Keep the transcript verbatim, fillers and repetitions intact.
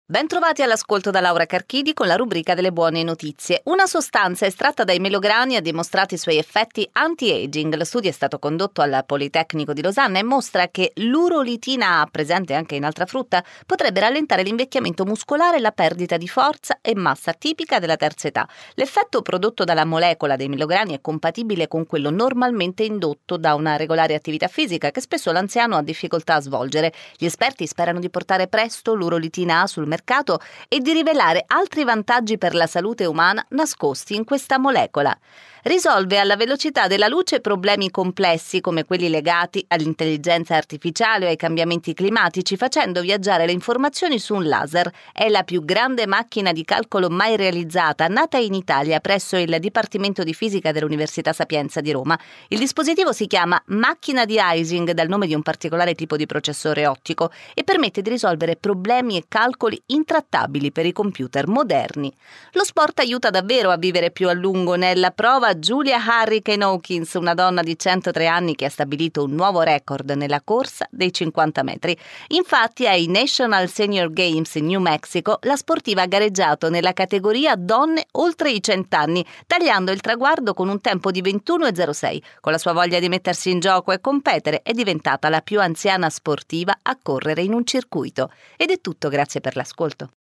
Bentrovati all'ascolto da Laura Carchidi con la rubrica delle buone notizie. Una sostanza estratta dai melograni ha dimostrato i suoi effetti anti-aging. Lo studio è stato condotto al Politecnico di Losanna e mostra che l'urolitina A, presente anche in altra frutta, potrebbe rallentare l'invecchiamento muscolare e la perdita di forza e massa tipica della terza età. L'effetto prodotto dalla molecola dei melograni è compatibile con quello normalmente indotto da una regolare attività fisica che spesso l'anziano ha difficoltà a svolgere. Gli esperti sperano di portare presto l'urolitina A sul mercato mercato e di rivelare altri vantaggi per la salute umana nascosti in questa molecola. Risolve alla velocità della luce problemi complessi come quelli legati all'intelligenza artificiale o ai cambiamenti climatici, facendo viaggiare le informazioni su un laser. È la più grande macchina di calcolo mai realizzata, nata in Italia presso il Dipartimento di Fisica dell'Università Sapienza di Roma. Il dispositivo si chiama macchina di Ising, dal nome di un particolare tipo di processore ottico, e permette di risolvere problemi e calcoli intrattabili per i computer moderni. Lo sport aiuta davvero a vivere più a lungo. Nella prova Julia Hurricane Hawkins, una donna di centotré anni che ha stabilito un nuovo record nella corsa dei cinquanta metri. Infatti ai National Senior Games in New Mexico la sportiva ha gareggiato nella categoria donne oltre i cento anni, tagliando il traguardo con un tempo di ventuno e zero sei. Con la sua voglia di mettersi in gioco e competere è diventata la più anziana sportiva a correre in un circuito. Ed è tutto, grazie per l'ascolto.